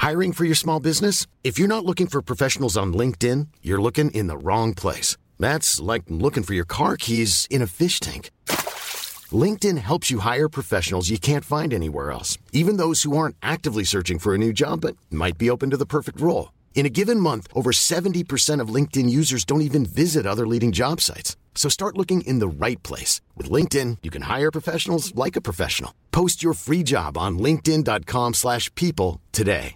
Hiring for your small business? If you're not looking for professionals on LinkedIn, you're looking in the wrong place. That's like looking for your car keys in a fish tank. LinkedIn helps you hire professionals you can't find anywhere else, even those who aren't actively searching for a new job but might be open to the perfect role. In a given month, over 70% of LinkedIn users don't even visit other leading job sites. So start looking in the right place. With LinkedIn, you can hire professionals like a professional. Post your free job on linkedin.com/people today.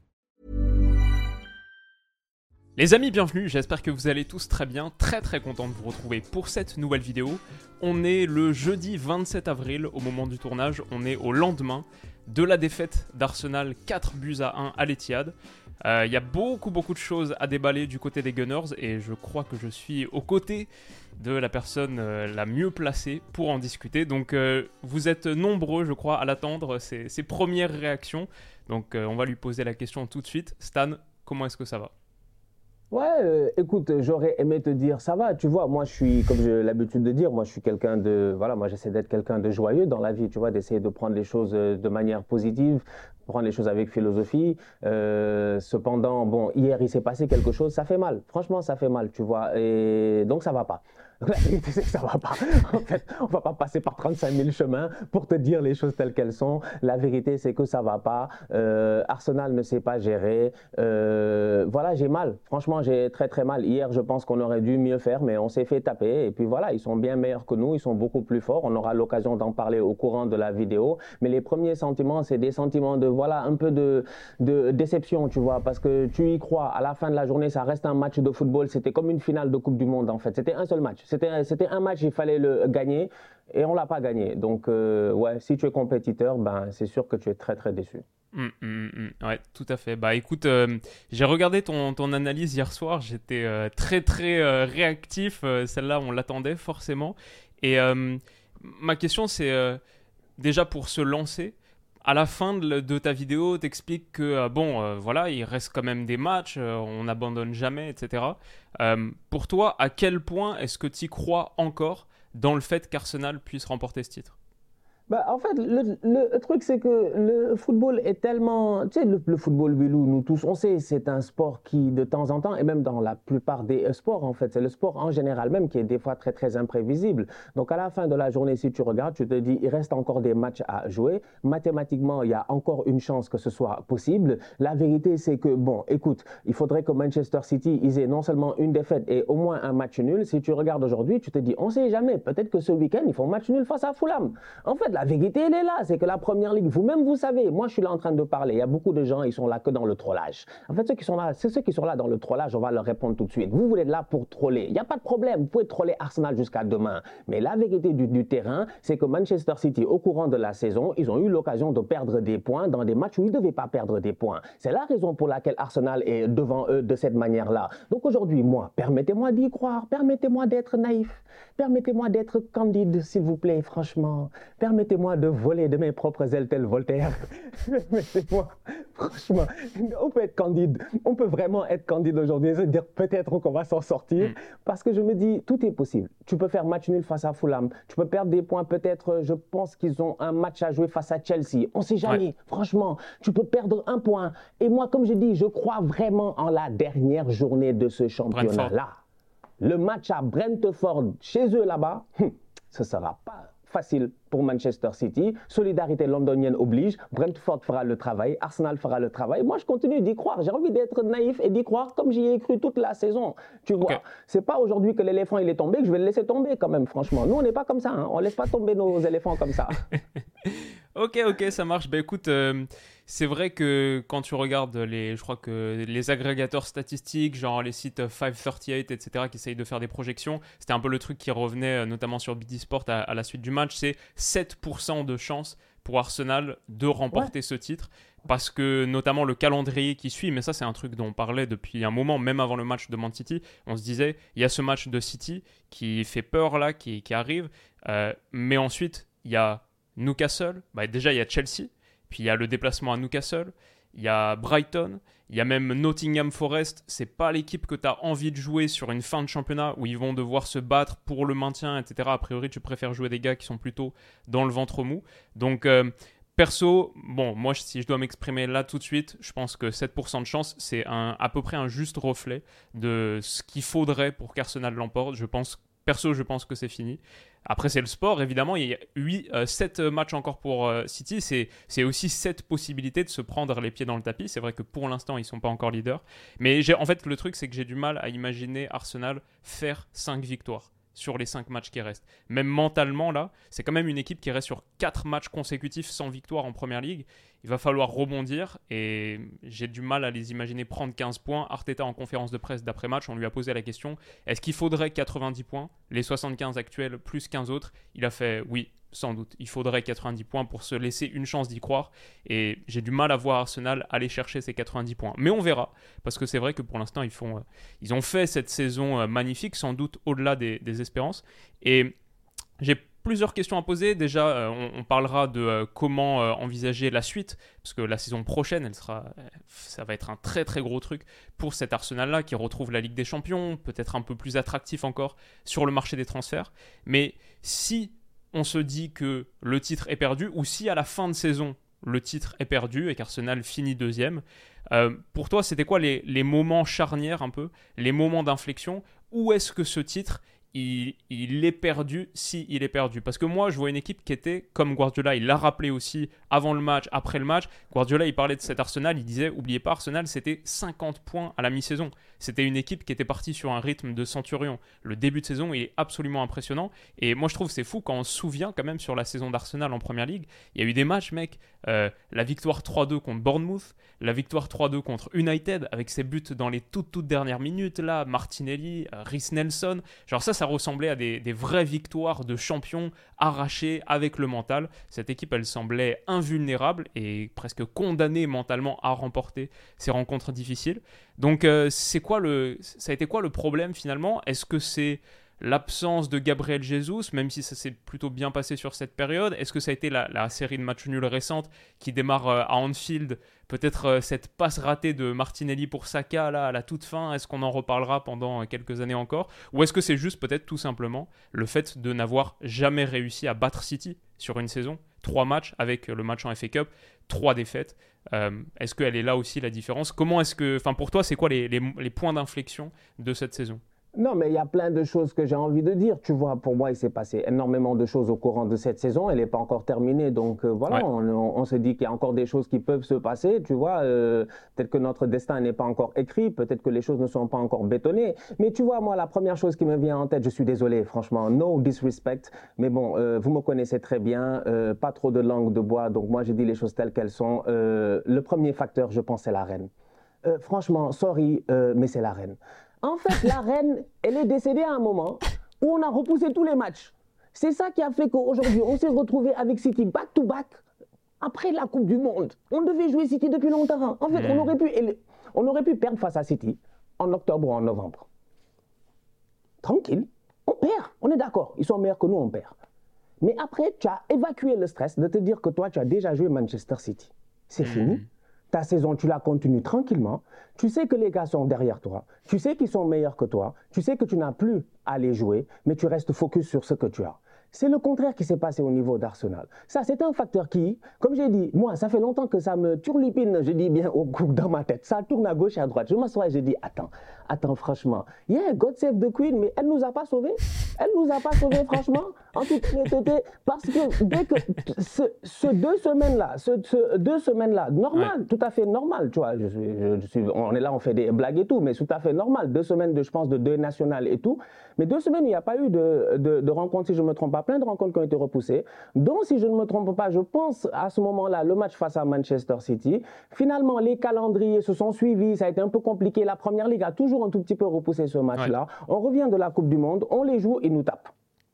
Les amis, bienvenue, j'espère que vous allez tous très bien, très content de vous retrouver pour cette nouvelle vidéo. On est le jeudi 27 avril au moment du tournage, on est au lendemain de la défaite d'Arsenal 4-1 à l'Etihad. Il y a beaucoup de choses à déballer du côté des Gunners et je crois que je suis aux côtés de la personne la mieux placée pour en discuter. Donc vous êtes nombreux, je crois, à l'attendre, ces premières réactions. Donc on va lui poser la question tout de suite. Stan, comment est-ce que ça va ? Ouais, écoute, j'aurais aimé te dire ça va, tu vois, moi je suis, comme j'ai l'habitude de dire, moi je suis quelqu'un de, voilà, moi j'essaie d'être quelqu'un de joyeux dans la vie, tu vois, d'essayer de prendre les choses de manière positive, prendre les choses avec philosophie. Cependant, bon, hier il s'est passé quelque chose, ça fait mal, franchement ça fait mal, tu vois, et donc ça va pas. La vérité, c'est que ça va pas. En fait, on va pas passer par 35 000 chemins pour te dire les choses telles qu'elles sont. La vérité, c'est que ça va pas. Arsenal ne sait pas gérer. Voilà, j'ai mal. Franchement, j'ai très mal. Hier, je pense qu'on aurait dû mieux faire, mais on s'est fait taper. Et puis voilà, ils sont bien meilleurs que nous. Ils sont beaucoup plus forts. On aura l'occasion d'en parler au courant de la vidéo. Mais les premiers sentiments, c'est des sentiments de, voilà, un peu de déception, tu vois, parce que tu y crois. À la fin de la journée, ça reste un match de football. C'était comme une finale de Coupe du Monde, en fait. C'était un seul match. C'était un match, il fallait le gagner et on ne l'a pas gagné. Donc, ouais, si tu es compétiteur, ben, c'est sûr que tu es très déçu. Ouais, tout à fait. Bah écoute, j'ai regardé ton analyse hier soir, j'étais très réactif. Celle-là, on l'attendait forcément. Et ma question, c'est déjà pour se lancer. À la fin de ta vidéo, t'expliques que voilà, il reste quand même des matchs, on n'abandonne jamais, etc. Pour toi, à quel point est-ce que tu y crois encore dans le fait qu'Arsenal puisse remporter ce titre ? Bah, en fait, le truc, c'est que le football est tellement... Tu sais, le football, Bilou, nous tous, on sait, c'est un sport qui, de temps en temps, et même dans la plupart des sports, en fait, c'est le sport en général même qui est des fois très imprévisible. Donc, à la fin de la journée, si tu regardes, tu te dis, il reste encore des matchs à jouer. Mathématiquement, il y a encore une chance que ce soit possible. La vérité, c'est que, bon, écoute, il faudrait que Manchester City, ils aient non seulement une défaite et au moins un match nul. Si tu regardes aujourd'hui, tu te dis, on ne sait jamais, peut-être que ce week-end, ils font match nul face à Fulham. En fait, la vérité, elle est là, c'est que la première ligue, vous-même, vous savez, moi je suis là en train de parler, il y a beaucoup de gens, ils sont là que dans le trollage. En fait, ceux qui sont là dans le trollage, on va leur répondre tout de suite. Vous êtes là pour troller, il n'y a pas de problème, vous pouvez troller Arsenal jusqu'à demain. Mais la vérité du terrain, c'est que Manchester City, au courant de la saison, ils ont eu l'occasion de perdre des points dans des matchs où ils ne devaient pas perdre des points. C'est la raison pour laquelle Arsenal est devant eux de cette manière-là. Donc aujourd'hui, moi, permettez-moi d'y croire, permettez-moi d'être naïf, permettez-moi d'être candide, s'il vous plaît, franchement. Permettez-moi de voler de mes propres ailes tel Voltaire. Permettez-moi, franchement, on peut être candide. On peut vraiment être candide aujourd'hui et se dire peut-être qu'on va s'en sortir. Parce que je me dis, tout est possible. Tu peux faire match nul face à Fulham. Tu peux perdre des points peut-être, je pense qu'ils ont un match à jouer face à Chelsea. On ne sait jamais. Ouais. Franchement, tu peux perdre un point. Et moi, comme je dis, je crois vraiment en la dernière journée de ce championnat-là. Le match à Brentford, chez eux là-bas, ce ne sera pas facile pour Manchester City. Solidarité londonienne oblige. Brentford fera le travail. Arsenal fera le travail. Moi, je continue d'y croire. J'ai envie d'être naïf et d'y croire comme j'y ai cru toute la saison. Tu vois, okay. C'est pas aujourd'hui que l'éléphant il est tombé que je vais le laisser tomber quand même, franchement. Nous, on n'est pas comme ça. Hein. On laisse pas tomber nos éléphants comme ça. Ok, ça marche. Bah écoute, c'est vrai que quand tu regardes je crois que les agrégateurs statistiques, genre les sites 538, etc., qui essayent de faire des projections, c'était un peu le truc qui revenait notamment sur BT Sport à la suite du match, c'est 7% de chance pour Arsenal de remporter ce titre, parce que notamment le calendrier qui suit, mais ça c'est un truc dont on parlait depuis un moment, même avant le match de Man City, on se disait, il y a ce match de City qui fait peur là, qui arrive, mais ensuite il y a Newcastle, déjà il y a Chelsea, puis il y a le déplacement à Newcastle, il y a Brighton, il y a même Nottingham Forest. C'est pas l'équipe que tu as envie de jouer sur une fin de championnat où ils vont devoir se battre pour le maintien, etc. A priori, tu préfères jouer des gars qui sont plutôt dans le ventre mou. Donc, Perso, bon, moi, si je dois m'exprimer là tout de suite, je pense que 7% de chance, c'est à peu près un juste reflet de ce qu'il faudrait pour qu'Arsenal l'emporte. Perso, je pense que c'est fini. Après, c'est le sport, évidemment. Il y a 7 matchs encore pour City. C'est aussi 7 possibilités de se prendre les pieds dans le tapis. C'est vrai que pour l'instant, ils ne sont pas encore leaders. Mais en fait, le truc, c'est que j'ai du mal à imaginer Arsenal faire 5 victoires sur les 5 matchs qui restent. Même mentalement, là, c'est quand même une équipe qui reste sur 4 matchs consécutifs sans victoire en Première Ligue. Il va falloir rebondir et j'ai du mal à les imaginer prendre 15 points. Arteta, en conférence de presse d'après-match, on lui a posé la question, est-ce qu'il faudrait 90 points, les 75 actuels plus 15 autres? Il a fait oui, sans doute. Il faudrait 90 points pour se laisser une chance d'y croire et j'ai du mal à voir Arsenal aller chercher ces 90 points. Mais on verra, parce que c'est vrai que pour l'instant, ils ont fait cette saison magnifique, sans doute au-delà des espérances. Et j'ai plusieurs questions à poser. Déjà, on parlera de comment envisager la suite, parce que la saison prochaine, ça va être un très très gros truc pour cet Arsenal-là qui retrouve la Ligue des Champions, peut-être un peu plus attractif encore sur le marché des transferts. Mais si on se dit que le titre est perdu, ou si à la fin de saison, le titre est perdu et qu'Arsenal finit deuxième, pour toi, c'était quoi les moments charnières un peu, les moments d'inflexion? Où est-ce que ce titre il est perdu s'il est perdu? Parce que moi, je vois une équipe qui était, comme Guardiola, il l'a rappelé aussi avant le match, après le match. Guardiola, il parlait de cet Arsenal, il disait, oubliez pas, Arsenal, c'était 50 points à la mi-saison. C'était une équipe qui était partie sur un rythme de centurion. Le début de saison, il est absolument impressionnant. Et moi, je trouve que c'est fou quand on se souvient quand même sur la saison d'Arsenal en Première Ligue. Il y a eu des matchs, mec, la victoire 3-2 contre Bournemouth, la victoire 3-2 contre United, avec ses buts dans les toutes dernières minutes, là, Martinelli, Reece Nelson. Genre ça ressemblait à des vraies victoires de champions arrachées avec le mental. Cette équipe, elle semblait invulnérable et presque condamnée mentalement à remporter ces rencontres difficiles. Donc, ça a été quoi le problème finalement? Est-ce que c'est l'absence de Gabriel Jesus, même si ça s'est plutôt bien passé sur cette période? Est-ce que ça a été la série de matchs nuls récente qui démarre à Anfield? Peut-être cette passe ratée de Martinelli pour Saka là, à la toute fin, est-ce qu'on en reparlera pendant quelques années encore? Ou est-ce que c'est juste peut-être tout simplement le fait de n'avoir jamais réussi à battre City sur une saison? 3 matchs avec le match en FA Cup, 3 défaites. Est-ce qu'elle est là aussi la différence? Pour toi, c'est quoi les points d'inflexion de cette saison? Non, mais il y a plein de choses que j'ai envie de dire. Tu vois, pour moi, il s'est passé énormément de choses au courant de cette saison. Elle n'est pas encore terminée. Donc, voilà, ouais. On se dit qu'il y a encore des choses qui peuvent se passer. Tu vois, peut-être que notre destin n'est pas encore écrit. Peut-être que les choses ne sont pas encore bétonnées. Mais tu vois, moi, la première chose qui me vient en tête, je suis désolé, franchement, no disrespect. Mais bon, vous me connaissez très bien. Pas trop de langue de bois. Donc, moi, je dis les choses telles qu'elles sont. Le premier facteur, je pense, c'est la reine. Franchement, sorry, mais c'est la reine. En fait, la reine, elle est décédée à un moment où on a repoussé tous les matchs. C'est ça qui a fait qu'aujourd'hui, on s'est retrouvé avec City back-to-back après la Coupe du Monde. On devait jouer City depuis longtemps. En fait, on aurait pu perdre face à City en octobre ou en novembre. Tranquille, on perd, on est d'accord. Ils sont meilleurs que nous, on perd. Mais après, tu as évacué le stress de te dire que toi, tu as déjà joué Manchester City. C'est fini. Ta saison, tu la continues tranquillement. Tu sais que les gars sont derrière toi. Tu sais qu'ils sont meilleurs que toi. Tu sais que tu n'as plus à les jouer, mais tu restes focus sur ce que tu as. C'est le contraire qui s'est passé au niveau d'Arsenal. Ça, c'est un facteur qui, comme j'ai dit, moi, ça fait longtemps que ça me turlupine, je dis bien dans ma tête. Ça tourne à gauche et à droite. Je m'assois et je dis, attends, franchement. Yeah, God save the Queen, mais elle ne nous a pas sauvés. Elle ne nous a pas sauvés, franchement. En toute honnêteté, parce que dès que ce 2 semaines-là, normal, ouais. Tout à fait normal, tu vois. On est là, on fait des blagues et tout, mais tout à fait normal. 2 semaines, je pense, de deuil national et tout. Mais 2 semaines, il n'y a pas eu de rencontres, si je ne me trompe pas, plein de rencontres qui ont été repoussées. Donc, si je ne me trompe pas, je pense à ce moment-là, le match face à Manchester City. Finalement, les calendriers se sont suivis, ça a été un peu compliqué. La Première Ligue a toujours un tout petit peu repoussé ce match-là. Ouais. On revient de la Coupe du Monde, on les joue, ils nous tapent.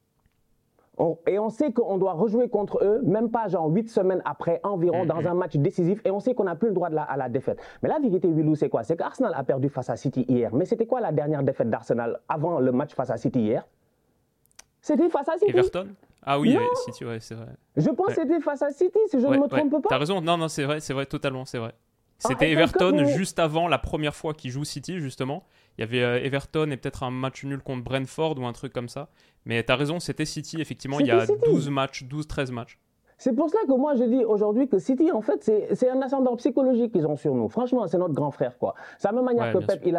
Et on sait qu'on doit rejouer contre eux, même pas genre 8 semaines après environ, dans un match décisif, et on sait qu'on n'a plus le droit à la défaite. Mais la vérité, Willou, c'est quoi? C'est qu'Arsenal a perdu face à City hier. Mais c'était quoi la dernière défaite d'Arsenal avant le match face à City hier? C'était face à City. Everton? Ah oui, City, ouais, c'est vrai. Je pense que c'était face à City, si je ne me trompe pas. T'as raison, non, c'est vrai, totalement, c'est vrai. C'était Everton juste avant la première fois qu'ils jouent City, justement. Il y avait Everton et peut-être un match nul contre Brentford ou un truc comme ça. Mais t'as raison, c'était City, effectivement, il y a 12-13 matchs. C'est pour cela que moi je dis aujourd'hui que City, en fait, c'est un ascendant psychologique qu'ils ont sur nous. Franchement, c'est notre grand frère, quoi. C'est la même manière que Pep, il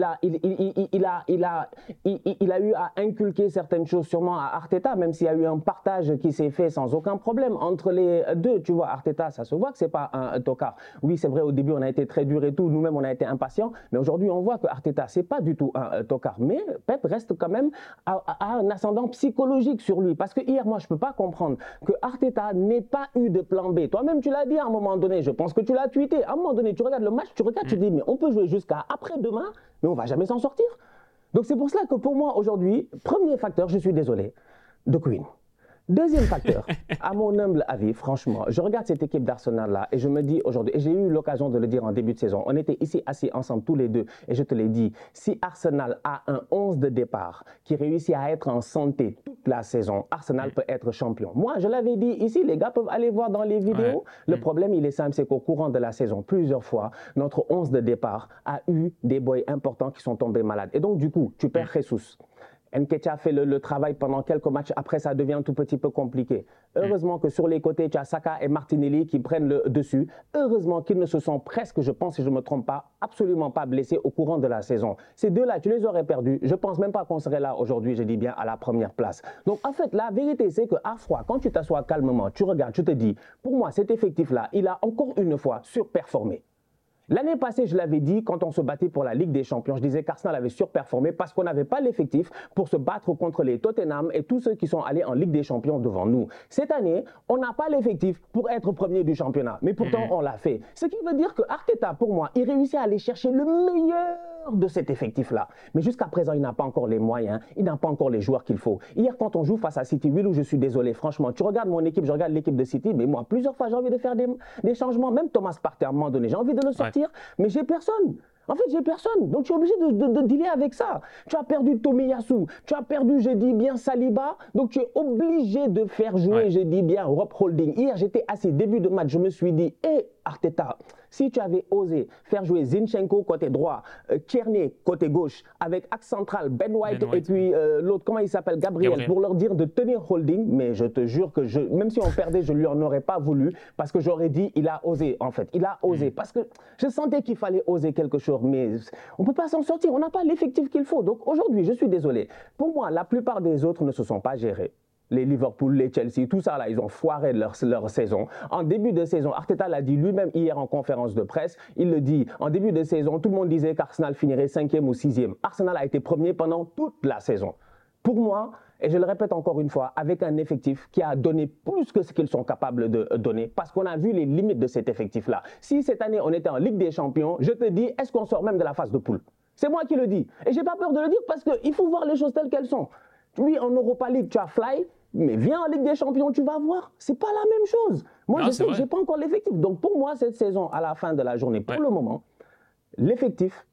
a eu à inculquer certaines choses sûrement à Arteta, même s'il y a eu un partage qui s'est fait sans aucun problème entre les deux. Tu vois, Arteta, ça se voit que c'est pas un tocard. Oui, c'est vrai, au début, on a été très dur et tout. Nous-mêmes, on a été impatients. Mais aujourd'hui, on voit que Arteta, c'est pas du tout un tocard. Mais Pep reste quand même à un ascendant psychologique sur lui. Parce que hier, moi, je peux pas comprendre que Arteta n'ait pas eu de plan B. Toi-même, tu l'as dit à un moment donné, je pense que tu l'as tweeté. À un moment donné, tu regardes le match, tu regardes, tu te dis, mais on peut jouer jusqu'à après-demain, mais on va jamais s'en sortir. Donc c'est pour cela que pour moi, aujourd'hui, premier facteur, je suis désolé, de Queen. Deuxième facteur, à mon humble avis, franchement, je regarde cette équipe d'Arsenal-là et je me dis aujourd'hui, et j'ai eu l'occasion de le dire en début de saison, on était ici assis ensemble tous les deux et je te l'ai dit, si Arsenal a un 11 de départ qui réussit à être en santé toute la saison, Arsenal peut être champion. Moi, je l'avais dit ici, les gars peuvent aller voir dans les vidéos. Le problème, il est simple, c'est qu'au courant de la saison, plusieurs fois, notre 11 de départ a eu des boys importants qui sont tombés malades. Et donc, du coup, tu perds Jesus. Nketiah fait le travail pendant quelques matchs. Après, ça devient un tout petit peu compliqué. Heureusement que sur les côtés, tu as Saka et Martinelli qui prennent le dessus. Heureusement qu'ils ne se sont presque, je pense, si je ne me trompe pas, absolument pas blessés au courant de la saison. Ces deux-là, tu les aurais perdus. Je ne pense même pas qu'on serait là aujourd'hui, je dis bien, à la première place. Donc, en fait, la vérité, c'est qu'à froid, quand tu t'assois calmement, tu regardes, tu te dis, pour moi, cet effectif-là, il a encore une fois surperformé. L'année passée, je l'avais dit, quand on se battait pour la Ligue des Champions, je disais qu'Arsenal avait surperformé parce qu'on n'avait pas l'effectif pour se battre contre les Tottenham et tous ceux qui sont allés en Ligue des Champions devant nous. Cette année, on n'a pas l'effectif pour être premier du championnat, mais pourtant on l'a fait. Ce qui veut dire que Arteta, pour moi, il réussit à aller chercher le meilleur de cet effectif-là. Mais jusqu'à présent, il n'a pas encore les moyens, il n'a pas encore les joueurs qu'il faut. Hier, quand on joue face à City, Will, où je suis désolé, franchement, tu regardes mon équipe, je regarde l'équipe de City, mais moi, plusieurs fois, j'ai envie de faire des changements. Même Thomas Partey, à un moment donné, j'ai envie de le sortir. Mais j'ai personne. En fait, j'ai personne. Donc, tu es obligé de dealer avec ça. Tu as perdu Tomiyasu. Tu as perdu, je dis bien, Saliba. Donc, tu es obligé de faire jouer, je dis bien, Rob Holding. Hier, j'étais assis, début de match, je me suis dit, hé, Arteta, si tu avais osé faire jouer Zinchenko côté droit, Kearney côté gauche, avec axe central, Ben White et puis l'autre, comment il s'appelle, Gabriel, pour leur dire de tenir Holding, mais je te jure que même si on perdait, je lui en aurais pas voulu, parce que j'aurais dit, il a osé, en fait. Il a osé, parce que je sentais qu'il fallait oser quelque chose, mais on ne peut pas s'en sortir, on n'a pas l'effectif qu'il faut. Donc aujourd'hui, je suis désolé. Pour moi, la plupart des autres ne se sont pas gérés. Les Liverpool, les Chelsea, tout ça là, ils ont foiré leur saison. En début de saison, Arteta l'a dit lui-même hier en conférence de presse, il le dit, en début de saison, tout le monde disait qu'Arsenal finirait 5e ou 6e. Arsenal a été premier pendant toute la saison. Pour moi, et je le répète encore une fois, avec un effectif qui a donné plus que ce qu'ils sont capables de donner, parce qu'on a vu les limites de cet effectif-là. Si cette année on était en Ligue des Champions, je te dis, est-ce qu'on sort même de la phase de poule? C'est moi qui le dis. Et j'ai pas peur de le dire parce qu'il faut voir les choses telles qu'elles sont. Oui, en Europa League, tu as Fly, mais viens en Ligue des Champions, tu vas voir. C'est pas la même chose. Moi, je sais que j'ai pas encore l'effectif. Donc, pour moi, cette saison, à la fin de la journée, pour le moment, l'effectif,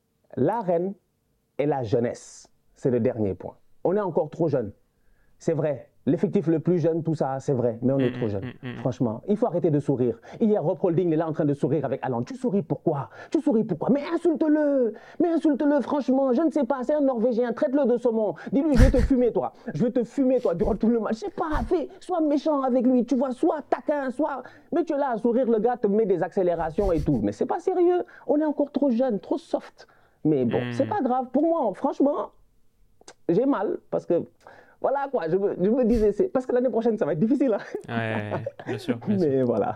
l'arène et la jeunesse, c'est le dernier point. On est encore trop jeune. C'est vrai. L'effectif le plus jeune, tout ça, c'est vrai, mais on est trop jeune. Franchement, il faut arrêter de sourire. Hier, Rob Holding il est là en train de sourire avec Haaland. Tu souris pourquoi? Tu souris pourquoi? Mais insulte-le! Mais insulte-le, franchement. Je ne sais pas, c'est un Norvégien. Traite-le de saumon. Dis-lui, je vais te fumer, toi. Je vais te fumer, toi, durant tout le match. Je sais pas, sois méchant avec lui. Tu vois, sois taquin, sois... Mais tu es là à sourire, le gars te met des accélérations et tout. Mais c'est pas sérieux. On est encore trop jeune, trop soft. Mais bon, c'est pas grave. Pour moi, franchement, j'ai mal parce que... Voilà quoi, je me disais, parce que l'année prochaine, ça va être difficile. Hein. Ouais, bien sûr. Mais voilà,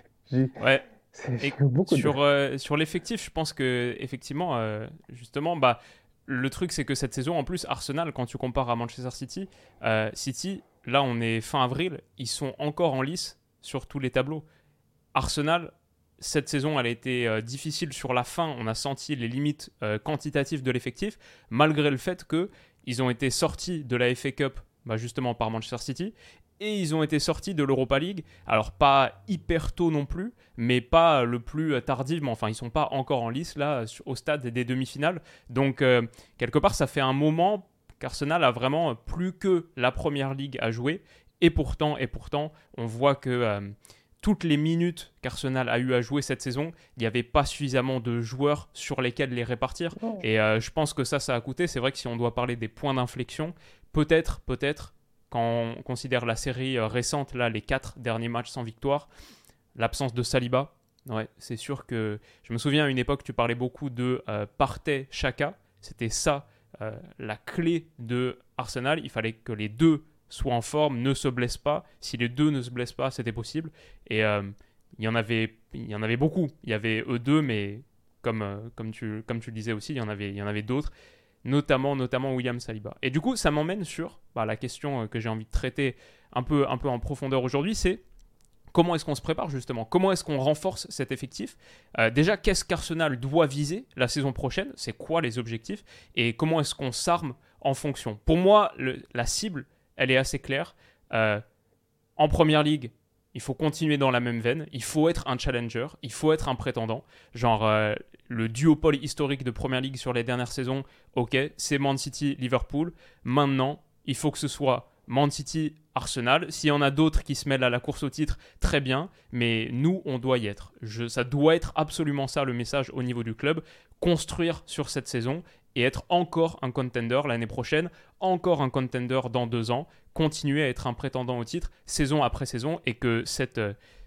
beaucoup sur l'effectif, je pense qu'effectivement, justement, le truc, c'est que cette saison, en plus, Arsenal, quand tu compares à Manchester City, City, là, on est fin avril, ils sont encore en lice sur tous les tableaux. Arsenal, cette saison, elle a été difficile sur la fin. On a senti les limites quantitatives de l'effectif, malgré le fait qu'ils ont été sortis de la FA Cup, justement par Manchester City, et ils ont été sortis de l'Europa League. Alors, pas hyper tôt non plus, mais pas le plus tardivement. Enfin, ils ne sont pas encore en lice, là, au stade des demi-finales. Donc, quelque part, ça fait un moment qu'Arsenal a vraiment plus que la Première Ligue à jouer. Et pourtant, on voit que... toutes les minutes qu'Arsenal a eu à jouer cette saison, il n'y avait pas suffisamment de joueurs sur lesquels les répartir. Et je pense que ça a coûté. C'est vrai que si on doit parler des points d'inflexion, peut-être, quand on considère la série récente, là, les 4 derniers matchs sans victoire, l'absence de Saliba, ouais, c'est sûr que... Je me souviens à une époque, tu parlais beaucoup de Partey, Xhaka. C'était ça, la clé de Arsenal. Il fallait que les deux soient en forme, ne se blessent pas. Si les deux ne se blessent pas, c'était possible. Et il y en avait beaucoup. Il y avait eux deux, mais comme tu le disais aussi, il y en avait d'autres, notamment William Saliba. Et du coup, ça m'emmène sur la question que j'ai envie de traiter un peu en profondeur aujourd'hui, c'est comment est-ce qu'on se prépare justement? Comment est-ce qu'on renforce cet effectif? Déjà, qu'est-ce qu'Arsenal doit viser la saison prochaine? C'est quoi les objectifs? Et comment est-ce qu'on s'arme en fonction? Pour moi, la cible, elle est assez claire. En Première Ligue, il faut continuer dans la même veine. Il faut être un challenger. Il faut être un prétendant. Genre, le duopole historique de Première Ligue sur les dernières saisons, ok, c'est Man City, Liverpool. Maintenant, il faut que ce soit Man City, Arsenal. S'il y en a d'autres qui se mêlent à la course au titre, très bien. Mais nous, on doit y être. Ça doit être absolument ça le message au niveau du club. Construire sur cette saison et être encore un contender l'année prochaine, encore un contender dans 2 ans, continuer à être un prétendant au titre saison après saison et que cette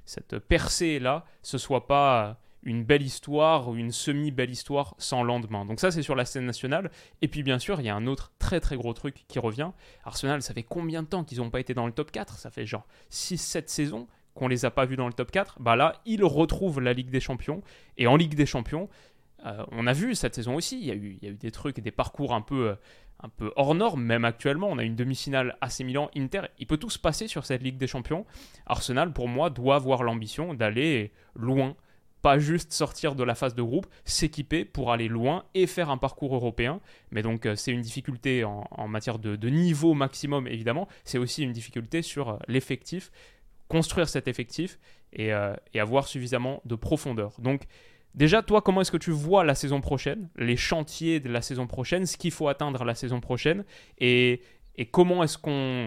percée-là, ce soit pas une belle histoire ou une semi-belle histoire sans lendemain. Donc ça, c'est sur la scène nationale. Et puis bien sûr, il y a un autre très très gros truc qui revient. Arsenal, ça fait combien de temps qu'ils n'ont pas été dans le top 4? Ça fait genre 6-7 saisons qu'on les a pas vus dans le top 4. Là, ils retrouvent la Ligue des Champions. Et en Ligue des Champions, on a vu cette saison aussi, il y a eu des trucs, des parcours un peu hors normes, même actuellement. On a une demi-finale AC Milan, Inter. Il peut tout se passer sur cette Ligue des Champions. Arsenal, pour moi, doit avoir l'ambition d'aller loin. Pas juste sortir de la phase de groupe, s'équiper pour aller loin et faire un parcours européen. Mais donc, c'est une difficulté en matière de niveau maximum, évidemment. C'est aussi une difficulté sur l'effectif. Construire cet effectif et avoir suffisamment de profondeur. Donc, déjà, toi, comment est-ce que tu vois la saison prochaine, les chantiers de la saison prochaine, ce qu'il faut atteindre la saison prochaine et comment est-ce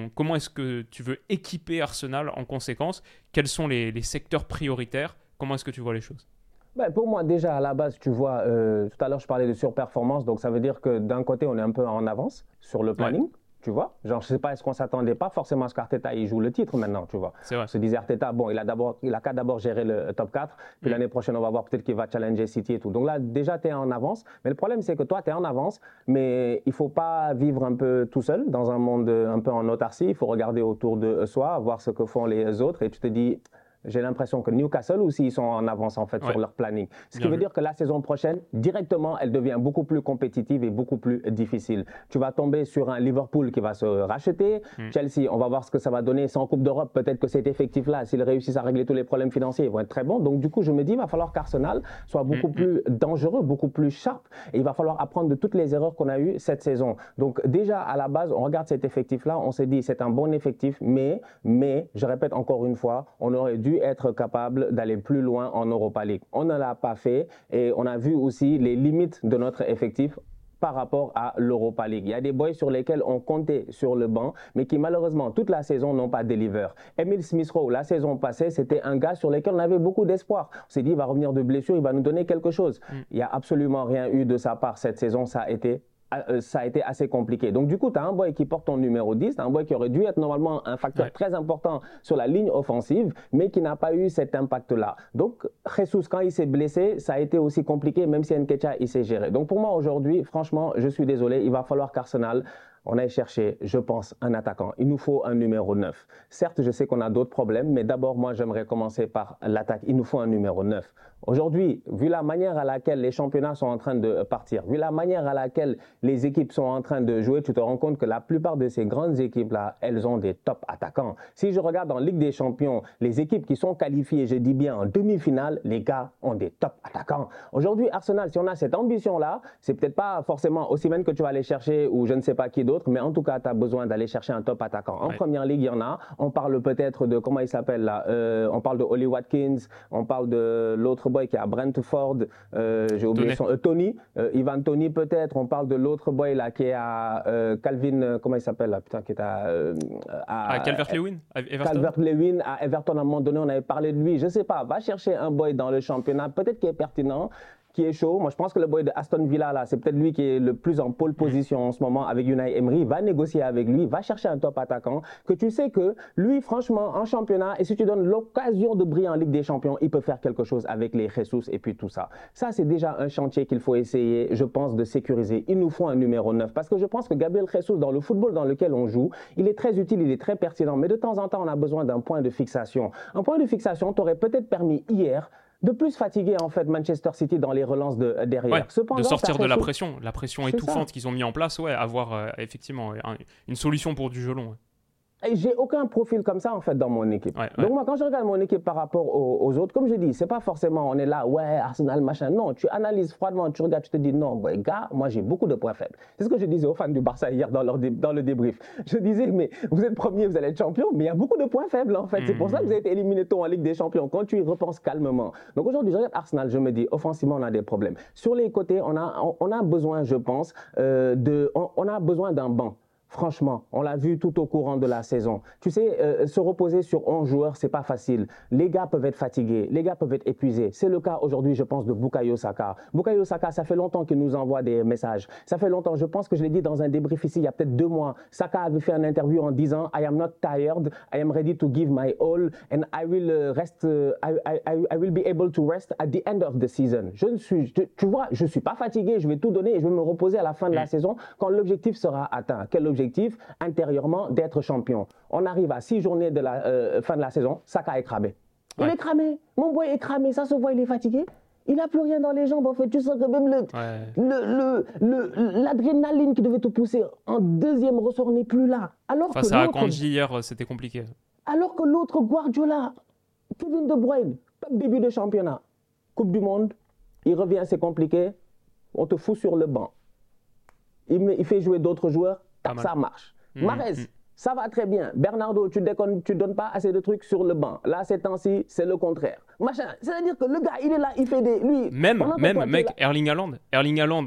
que tu veux équiper Arsenal en conséquence? Quels sont les secteurs prioritaires? Comment est-ce que tu vois les choses? Pour moi, déjà, à la base, tu vois, tout à l'heure, je parlais de surperformance. Donc, ça veut dire que d'un côté, on est un peu en avance sur le planning. Ouais. Tu vois, genre, je sais pas, est-ce qu'on s'attendait pas forcément à ce qu'Arteta il joue le titre maintenant, tu vois. C'est vrai. On se disait Arteta, bon, il a qu'à d'abord gérer le top 4, puis l'année prochaine, on va voir peut-être qu'il va challenger City et tout. Donc là, déjà, tu es en avance. Mais le problème, c'est que toi, tu es en avance, mais il faut pas vivre un peu tout seul dans un monde un peu en autarcie. Il faut regarder autour de soi, voir ce que font les autres, et tu te dis... J'ai l'impression que Newcastle aussi, ils sont en avance en fait sur leur planning. Ce qui veut dire que la saison prochaine, directement, elle devient beaucoup plus compétitive et beaucoup plus difficile. Tu vas tomber sur un Liverpool qui va se racheter. Chelsea, on va voir ce que ça va donner. Sans Coupe d'Europe, peut-être que cet effectif-là, s'ils réussissent à régler tous les problèmes financiers, ils vont être très bons. Donc du coup, je me dis, il va falloir qu'Arsenal soit beaucoup plus dangereux, beaucoup plus sharp. Et il va falloir apprendre de toutes les erreurs qu'on a eues cette saison. Donc déjà, à la base, on regarde cet effectif-là, on s'est dit, c'est un bon effectif, mais, je répète encore une fois, on aurait dû être capable d'aller plus loin en Europa League. On ne l'a pas fait et on a vu aussi les limites de notre effectif par rapport à l'Europa League. Il y a des boys sur lesquels on comptait sur le banc, mais qui malheureusement toute la saison n'ont pas deliver. Emile Smith-Rowe, la saison passée, c'était un gars sur lequel on avait beaucoup d'espoir. On s'est dit, il va revenir de blessure, il va nous donner quelque chose. Il n'y a absolument rien eu de sa part cette saison, ça a été assez compliqué. Donc du coup, tu as un boy qui porte ton numéro 10, tu as un boy qui aurait dû être normalement un facteur très important sur la ligne offensive, mais qui n'a pas eu cet impact-là. Donc Jesus, quand il s'est blessé, ça a été aussi compliqué, même si Nketiah, il s'est géré. Donc pour moi, aujourd'hui, franchement, je suis désolé, il va falloir qu'Arsenal, on aille chercher, je pense, un attaquant. Il nous faut un numéro 9. Certes, je sais qu'on a d'autres problèmes, mais d'abord, moi, j'aimerais commencer par l'attaque. Il nous faut un numéro 9. Aujourd'hui, vu la manière à laquelle les championnats sont en train de partir, vu la manière à laquelle les équipes sont en train de jouer, tu te rends compte que la plupart de ces grandes équipes-là, elles ont des top attaquants. Si je regarde en Ligue des Champions, les équipes qui sont qualifiées, je dis bien en demi-finale, les gars ont des top attaquants. Aujourd'hui, Arsenal, si on a cette ambition-là, c'est peut-être pas forcément Osimhen que tu vas aller chercher ou je ne sais pas qui d'autre, mais en tout cas, tu as besoin d'aller chercher un top attaquant. En Première Ligue, il y en a. On parle peut-être de, comment il s'appelle là, on parle de Oli Watkins, on parle de l'autre boy qui est à Brentford, j'ai oublié son... Tony, Ivan Tony peut-être, on parle de l'autre boy là qui est à Calvin, comment il s'appelle là, putain, qui est à Calvert-Lewin, Calvert-Lewin, à Everton, à un moment donné, on avait parlé de lui, je sais pas, va chercher un boy dans le championnat, peut-être qui est pertinent, qui est chaud. Moi, je pense que le boy de Aston Villa, là, c'est peut-être lui qui est le plus en pole position en ce moment avec Unai Emery. Va négocier avec lui, va chercher un top attaquant que tu sais que lui, franchement, en championnat, et si tu donnes l'occasion de briller en Ligue des Champions, il peut faire quelque chose avec les Jesus et puis tout ça. Ça, c'est déjà un chantier qu'il faut essayer, je pense, de sécuriser. Il nous faut un numéro 9 parce que je pense que Gabriel Jesus, dans le football dans lequel on joue, il est très utile, il est très pertinent, mais de temps en temps, on a besoin d'un point de fixation. Un point de fixation t'aurait peut-être permis hier de plus fatiguer en fait Manchester City dans les relances derrière. Ouais, Cependant, de sortir de la pression étouffante qu'ils ont mis en place, ouais, avoir effectivement une solution pour du jeu long. Ouais. Et j'ai aucun profil comme ça en fait dans mon équipe. Donc moi quand je regarde mon équipe par rapport aux autres, comme je dis, c'est pas forcément on est là, ouais, Arsenal, machin. Non, tu analyses froidement, tu regardes, tu te dis non, ouais, gars, moi j'ai beaucoup de points faibles. C'est ce que je disais aux fans du Barça hier dans le débrief. Je disais, mais vous êtes premier, vous allez être champion, mais il y a beaucoup de points faibles en fait. C'est pour ça que vous avez été éliminé tôt en Ligue des Champions, quand tu y repenses calmement. Donc aujourd'hui, je regarde Arsenal, je me dis, offensivement, on a des problèmes. Sur les côtés, on a besoin, je pense, on a besoin d'un banc. Franchement, on l'a vu tout au courant de la saison. Tu sais, se reposer sur 11 joueurs, c'est pas facile. Les gars peuvent être fatigués, les gars peuvent être épuisés. C'est le cas aujourd'hui, je pense, de Bukayo Saka. Bukayo Saka, ça fait longtemps qu'il nous envoie des messages. Ça fait longtemps, je pense que je l'ai dit dans un débrief ici, il y a peut-être 2 mois. Saka avait fait une interview en disant « I am not tired, I am ready to give my all and I will I will be able to rest at the end of the season. » Tu vois, je suis pas fatigué, je vais tout donner et je vais me reposer à la fin de la saison quand l'objectif sera atteint. Quel objectif? Intérieurement d'être champion. On arrive à 6 journées de la fin de la saison, Saka est cramé. Il est cramé. Mon boy est cramé, ça se voit, il est fatigué. Il n'a plus rien dans les jambes, en fait. Tu sens que même l'adrénaline qui devait te pousser en deuxième ressort n'est plus là. Alors face à Akanji hier, c'était compliqué. Alors que l'autre Guardiola, Kevin De Bruyne, pas de début de championnat, Coupe du Monde, il revient, c'est compliqué, on te fout sur le banc. Il fait jouer d'autres joueurs. Ça marche. Mahrez, ça va très bien. Bernardo, tu déconnes, tu donnes pas assez de trucs sur le banc. Là, ces temps-ci, c'est le contraire. Machin. C'est-à-dire que le gars, il est là, il fait des... Lui, même mec, Erling Haaland,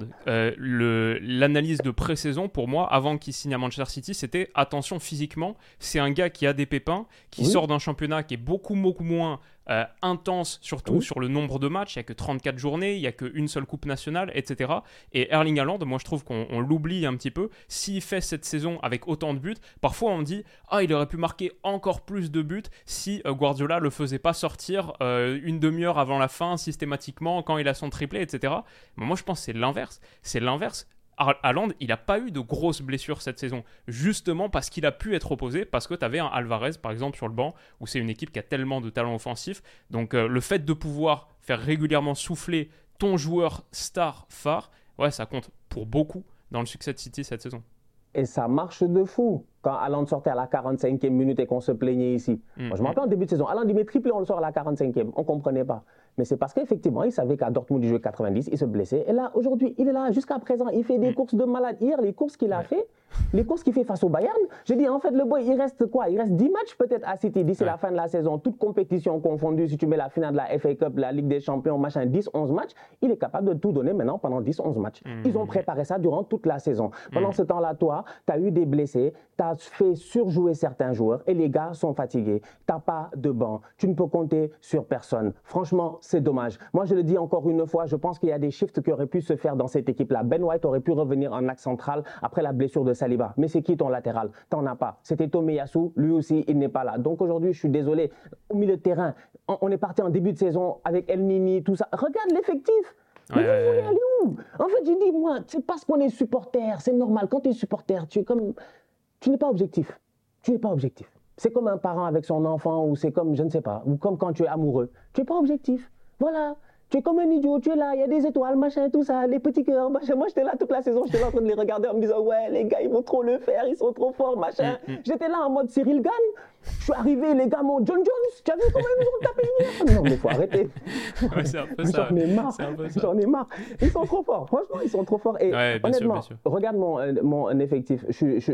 l'analyse de pré-saison, pour moi, avant qu'il signe à Manchester City, c'était attention physiquement, c'est un gars qui a des pépins, qui sort d'un championnat qui est beaucoup moins intense, surtout sur le nombre de matchs. Il n'y a que 34 journées, il n'y a qu'une seule coupe nationale, etc. Et Erling Haaland, moi je trouve qu'on l'oublie un petit peu. S'il fait cette saison avec autant de buts, parfois on dit il aurait pu marquer encore plus de buts si Guardiola le faisait pas sortir une demi-heure avant la fin systématiquement quand il a son triplé, etc. Mais moi je pense que c'est l'inverse. Haaland, il n'a pas eu de grosses blessures cette saison, justement parce qu'il a pu être opposé, parce que tu avais un Alvarez, par exemple, sur le banc, où c'est une équipe qui a tellement de talent offensif. Donc, le fait de pouvoir faire régulièrement souffler ton joueur star phare, ouais, ça compte pour beaucoup dans le succès de City cette saison. Et ça marche de fou. Quand Haaland sortait à la 45e minute et qu'on se plaignait ici. Moi, je me rappelle en début de saison, Haaland dit mais triplé, on le sort à la 45e. On ne comprenait pas. Mais c'est parce qu'effectivement, il savait qu'à Dortmund, il jouait 90, il se blessait. Et là, aujourd'hui, il est là, jusqu'à présent, il fait des courses de malade. Hier, les courses qu'il a fait, les courses qu'il fait face au Bayern, je dis en fait, le boy, il reste quoi? Il reste 10 matchs peut-être à City d'ici la fin de la saison, toute compétition confondue. Si tu mets la finale de la FA Cup, la Ligue des Champions, machin, 10-11 matchs, il est capable de tout donner maintenant pendant 10-11 matchs. Ils ont préparé ça durant toute la saison. Pendant ce temps-là, toi, tu as eu des blessés, tu as fait surjouer certains joueurs et les gars sont fatigués. Tu n'as pas de banc. Tu ne peux compter sur personne. Franchement, c'est dommage. Moi, je le dis encore une fois, je pense qu'il y a des shifts qui auraient pu se faire dans cette équipe-là. Ben White aurait pu revenir en axe central après la blessure de Saliba. Mais c'est qui ton latéral? T'en as pas. C'était Tomiyasu. Lui aussi, il n'est pas là. Donc aujourd'hui, je suis désolé. Au milieu de terrain, on est parti en début de saison avec El Nini, tout ça. Regarde l'effectif. Mais vous voulez aller où? En fait, j'ai dit, moi, c'est parce qu'on est supporter. C'est normal. Quand tu es supporter, tu n'es pas objectif. Tu n'es pas objectif. C'est comme un parent avec son enfant ou c'est comme, je ne sais pas, ou comme quand tu es amoureux. Tu n'es pas objectif. Voilà. Tu es comme un idiot, tu es là, il y a des étoiles, machin, tout ça, les petits cœurs, machin. Moi, j'étais là toute la saison, j'étais là en train de les regarder en me disant, ouais, les gars, ils vont trop le faire, ils sont trop forts, machin. J'étais là en mode Cyril Gann. Je suis arrivé, les gars, mon John Jones, tu as vu comment ils nous ont tapé hier? Non, mais il faut arrêter. Ouais, c'est un peu ça. J'en ai marre. J'en ai marre. Ils sont trop forts. Franchement, ils sont trop forts. Et honnêtement, regarde mon effectif.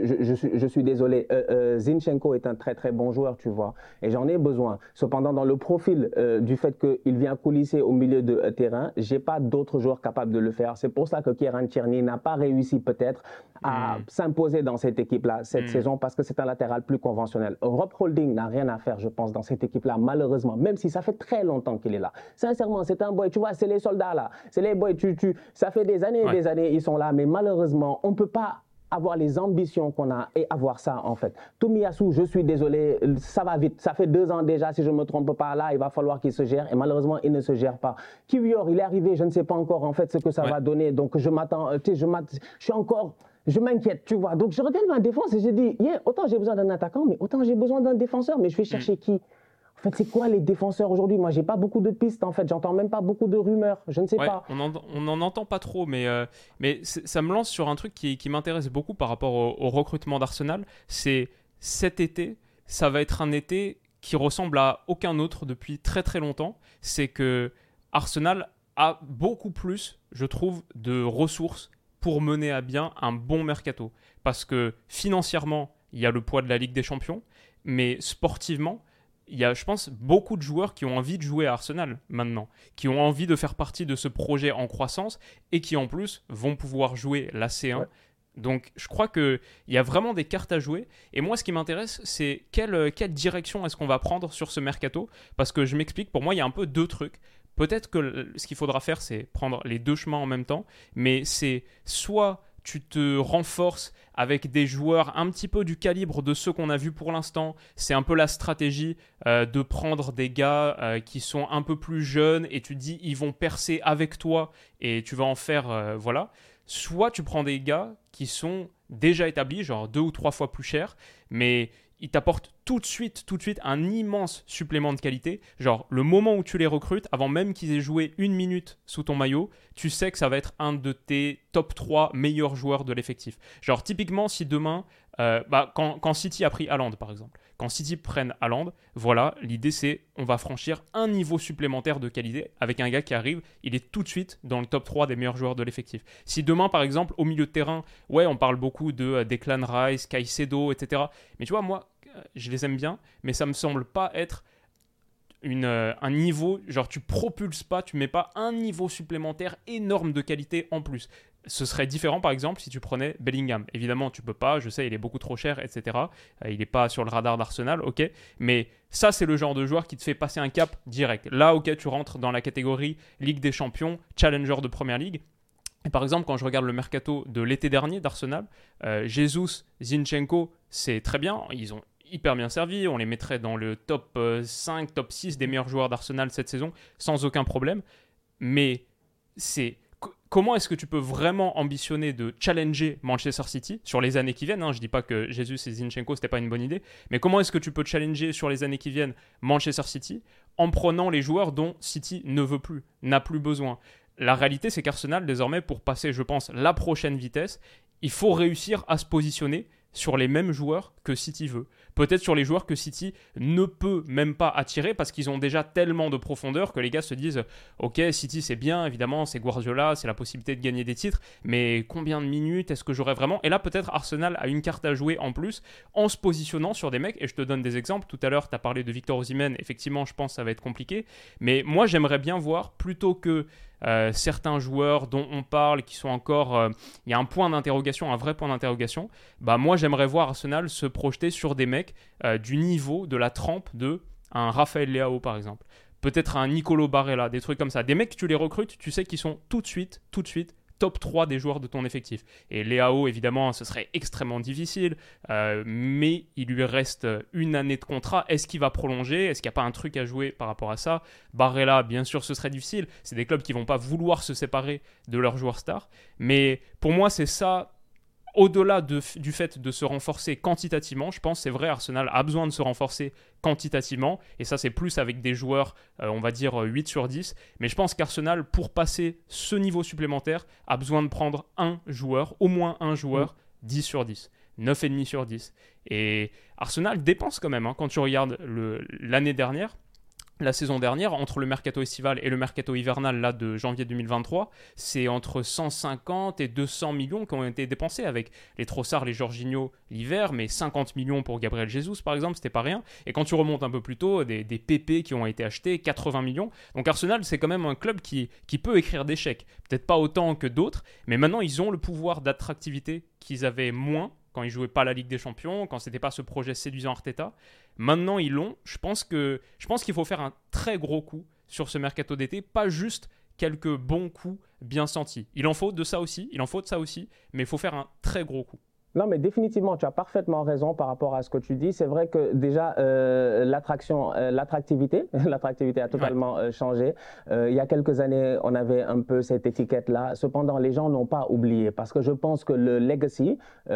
Je suis désolé. Zinchenko est un très, très bon joueur, tu vois. Et j'en ai besoin. Cependant, dans le profil du fait qu'il vient coulisser au milieu de terrain, je n'ai pas d'autres joueurs capables de le faire. C'est pour ça que Kieran Tierney n'a pas réussi peut-être à s'imposer dans cette équipe-là cette saison parce que c'est un latéral plus conventionnel. Holding n'a rien à faire, je pense, dans cette équipe-là, malheureusement, même si ça fait très longtemps qu'il est là. Sincèrement, c'est un boy, tu vois, c'est les soldats là, c'est les boys, ça fait des années et des années, ils sont là, mais malheureusement, on ne peut pas avoir les ambitions qu'on a et avoir ça en fait. Tomiyasu, je suis désolé, ça va vite. Ça fait 2 ans déjà, si je ne me trompe pas, là, il va falloir qu'il se gère et malheureusement, il ne se gère pas. Kiwior, il est arrivé, je ne sais pas encore en fait ce que ça va donner. Donc je m'attends, je m'inquiète, tu vois. Donc je regarde ma défense et je dis, autant j'ai besoin d'un attaquant, mais autant j'ai besoin d'un défenseur, mais je vais chercher qui? En fait, c'est quoi les défenseurs aujourd'hui? Moi, j'ai pas beaucoup de pistes, en fait. J'entends même pas beaucoup de rumeurs. Je ne sais pas. On n'en entend pas trop, mais ça me lance sur un truc qui m'intéresse beaucoup par rapport au recrutement d'Arsenal. C'est cet été, ça va être un été qui ressemble à aucun autre depuis très très longtemps. C'est que Arsenal a beaucoup plus, je trouve, de ressources pour mener à bien un bon mercato. Parce que financièrement, il y a le poids de la Ligue des Champions, mais sportivement, il y a, je pense, beaucoup de joueurs qui ont envie de jouer à Arsenal maintenant, qui ont envie de faire partie de ce projet en croissance et qui en plus vont pouvoir jouer la C1. Ouais. Donc je crois qu'il y a vraiment des cartes à jouer. Et moi, ce qui m'intéresse, c'est quelle direction est-ce qu'on va prendre sur ce mercato. Parce que je m'explique, pour moi, il y a un peu 2 trucs. Peut-être que ce qu'il faudra faire, c'est prendre les 2 chemins en même temps. Mais c'est soit tu te renforces avec des joueurs un petit peu du calibre de ceux qu'on a vus pour l'instant. C'est un peu la stratégie de prendre des gars qui sont un peu plus jeunes et tu te dis ils vont percer avec toi et tu vas en faire, voilà. Soit tu prends des gars qui sont déjà établis, genre 2 ou 3 fois plus chers, mais ils t'apportent tout de suite un immense supplément de qualité. Genre, le moment où tu les recrutes, avant même qu'ils aient joué 1 minute sous ton maillot, tu sais que ça va être un de tes top 3 meilleurs joueurs de l'effectif. Genre, typiquement, si demain, quand City a pris Haaland, par exemple, quand City prenne Haaland, voilà, l'idée c'est on va franchir un niveau supplémentaire de qualité avec un gars qui arrive, il est tout de suite dans le top 3 des meilleurs joueurs de l'effectif. Si demain, par exemple, au milieu de terrain, on parle beaucoup de Declan Rice, Caicedo, etc. Mais tu vois, moi, je les aime bien, mais ça me semble pas être un niveau, genre tu propulses pas, tu mets pas un niveau supplémentaire énorme de qualité en plus. Ce serait différent par exemple si tu prenais Bellingham. Évidemment tu peux pas, je sais il est beaucoup trop cher, etc. Il n'est pas sur le radar d'Arsenal, ok. Mais ça c'est le genre de joueur qui te fait passer un cap direct. Là ok tu rentres dans la catégorie Ligue des Champions, Challenger de Première Ligue. Et par exemple, quand je regarde le mercato de l'été dernier d'Arsenal, Jesus, Zinchenko, c'est très bien. Ils ont hyper bien servi. On les mettrait dans le top 5, top 6 des meilleurs joueurs d'Arsenal cette saison, sans aucun problème. Mais comment est-ce que tu peux vraiment ambitionner de challenger Manchester City sur les années qui viennent, Je ne dis pas que Jesus et Zinchenko, ce n'était pas une bonne idée. Mais comment est-ce que tu peux challenger sur les années qui viennent Manchester City en prenant les joueurs dont City ne veut plus, n'a plus besoin? La réalité, c'est qu'Arsenal, désormais, pour passer, je pense, la prochaine vitesse, il faut réussir à se positionner sur les mêmes joueurs que City veut. Peut-être sur les joueurs que City ne peut même pas attirer parce qu'ils ont déjà tellement de profondeur que les gars se disent « Ok, City c'est bien, évidemment, c'est Guardiola, c'est la possibilité de gagner des titres, mais combien de minutes est-ce que j'aurai vraiment ?» Et là, peut-être Arsenal a une carte à jouer en plus en se positionnant sur des mecs. Et je te donne des exemples. Tout à l'heure, tu as parlé de Victor Osimhen. Effectivement, je pense que ça va être compliqué. Mais moi, j'aimerais bien voir, plutôt que certains joueurs dont on parle, qui sont encore... Il y a un point d'interrogation, un vrai point d'interrogation. Moi, j'aimerais voir Arsenal se projeter sur des mecs du niveau, de la trempe de un Raphaël Leao, par exemple. Peut-être un Nicolo Barella, des trucs comme ça. Des mecs, tu les recrutes, tu sais qu'ils sont tout de suite, top 3 des joueurs de ton effectif. Et Leao, évidemment, ce serait extrêmement difficile, mais il lui reste 1 année de contrat. Est-ce qu'il va prolonger? Est-ce qu'il n'y a pas un truc à jouer par rapport à ça? Barella, bien sûr, ce serait difficile. C'est des clubs qui ne vont pas vouloir se séparer de leurs joueurs stars. Mais pour moi, c'est ça... Au-delà du fait de se renforcer quantitativement, je pense c'est vrai, Arsenal a besoin de se renforcer quantitativement, et ça c'est plus avec des joueurs, on va dire 8 sur 10, mais je pense qu'Arsenal, pour passer ce niveau supplémentaire, a besoin de prendre un joueur, au moins un joueur, 10 sur 10, 9,5 sur 10. Et Arsenal dépense quand même, quand tu regardes l'année dernière, la saison dernière, entre le mercato estival et le mercato hivernal là, de janvier 2023, c'est entre 150 et 200 millions qui ont été dépensés avec les Trossard, les Jorginho l'hiver, mais 50 millions pour Gabriel Jesus par exemple, c'était pas rien. Et quand tu remontes un peu plus tôt, des PP qui ont été achetés, 80 millions. Donc Arsenal, c'est quand même un club qui peut écrire des chèques. Peut-être pas autant que d'autres, mais maintenant ils ont le pouvoir d'attractivité qu'ils avaient moins quand ils jouaient pas la Ligue des Champions, quand c'était pas ce projet séduisant Arteta. Maintenant, ils l'ont. Je pense qu'il faut faire un très gros coup sur ce mercato d'été, pas juste quelques bons coups bien sentis. Il en faut de ça aussi, mais il faut faire un très gros coup. Non, mais définitivement, tu as parfaitement raison par rapport à ce que tu dis. C'est vrai que déjà, l'attractivité a totalement changé. Il y a quelques années, on avait un peu cette étiquette-là. Cependant, les gens n'ont pas oublié parce que je pense que le legacy,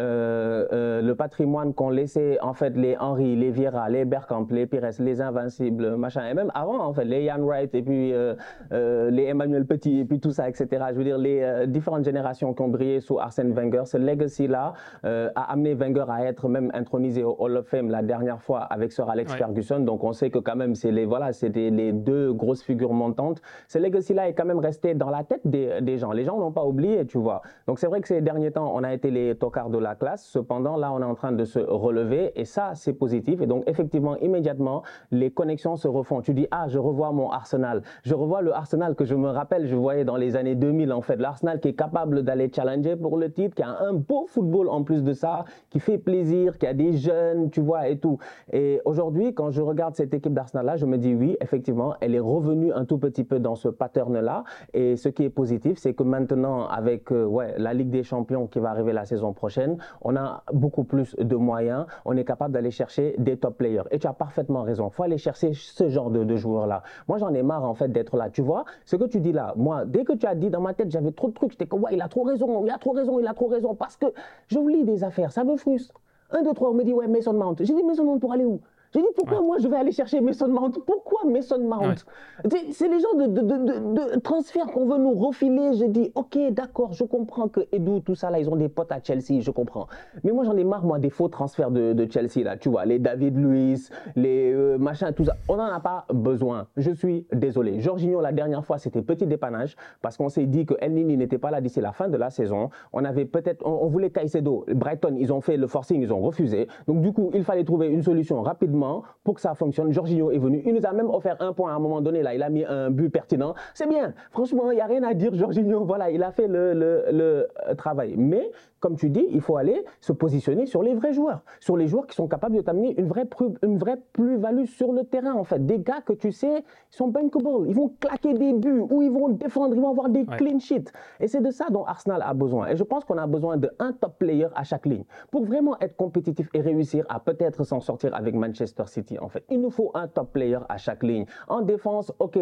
le patrimoine qu'ont laissé en fait les Henry, les Vieira, les Bergkamp, les Pires, les Invincibles, machin, et même avant, en fait, les Ian Wright et puis les Emmanuel Petit et puis tout ça, etc. Je veux dire, les différentes générations qui ont brillé sous Arsène Wenger, ce legacy-là, a amené Wenger à être même intronisé au Hall of Fame la dernière fois avec Sir Alex Ferguson. Donc on sait que quand même c'était les deux grosses figures montantes. Ce legacy-là est quand même resté dans la tête des gens. Les gens n'ont pas oublié, tu vois. Donc c'est vrai que ces derniers temps, on a été les tocards de la classe. Cependant, là, on est en train de se relever et ça, c'est positif. Et donc effectivement, immédiatement, les connexions se refont. Tu dis, je revois mon Arsenal. Je revois le Arsenal que je me rappelle, je voyais dans les années 2000, en fait. L'Arsenal qui est capable d'aller challenger pour le titre, qui a un beau football en plus de ça, qui fait plaisir, qui a des jeunes, tu vois, et tout. Et aujourd'hui, quand je regarde cette équipe d'Arsenal-là, je me dis oui, effectivement, elle est revenue un tout petit peu dans ce pattern-là. Et ce qui est positif, c'est que maintenant, avec la Ligue des Champions qui va arriver la saison prochaine, on a beaucoup plus de moyens. On est capable d'aller chercher des top players. Et tu as parfaitement raison. Il faut aller chercher ce genre de joueurs-là. Moi, j'en ai marre, en fait, d'être là. Tu vois, ce que tu dis là, moi, dès que tu as dit dans ma tête, j'avais trop de trucs. J'étais comme, il a trop raison, parce que j'oublie des affaires. Ça me frustre. 1, 2, 3, on me dit, Mason Mount. J'ai dit, Mason Mount pour aller où? J'ai dit, pourquoi moi je vais aller chercher Mason Mount? Pourquoi Mason Mount? C'est les genres de transferts qu'on veut nous refiler. Je dis, ok, d'accord, je comprends que Edu, tout ça, là, ils ont des potes à Chelsea, je comprends. Mais moi, j'en ai marre, moi, des faux transferts de Chelsea, là. Tu vois, les David Luiz, les machins, tout ça. On n'en a pas besoin. Je suis désolé. Jorginho, la dernière fois, c'était petit dépannage parce qu'on s'est dit que El Nini n'était pas là d'ici la fin de la saison. On voulait Caicedo. Brighton, ils ont fait le forcing, ils ont refusé. Donc, du coup, il fallait trouver une solution rapidement pour que ça fonctionne. Jorginho est venu. Il nous a même offert un point à un moment donné. Là, il a mis un but pertinent. C'est bien. Franchement, il n'y a rien à dire. Jorginho, voilà, il a fait le travail. Mais, comme tu dis, il faut aller se positionner sur les vrais joueurs. Sur les joueurs qui sont capables de t'amener une vraie plus-value sur le terrain, en fait. Des gars que tu sais, ils sont bankable. Ils vont claquer des buts ou ils vont défendre, ils vont avoir des clean sheets. Et c'est de ça dont Arsenal a besoin. Et je pense qu'on a besoin d'un top player à chaque ligne. Pour vraiment être compétitif et réussir à peut-être s'en sortir avec Manchester City, en fait. Il nous faut un top player à chaque ligne. En défense, ok,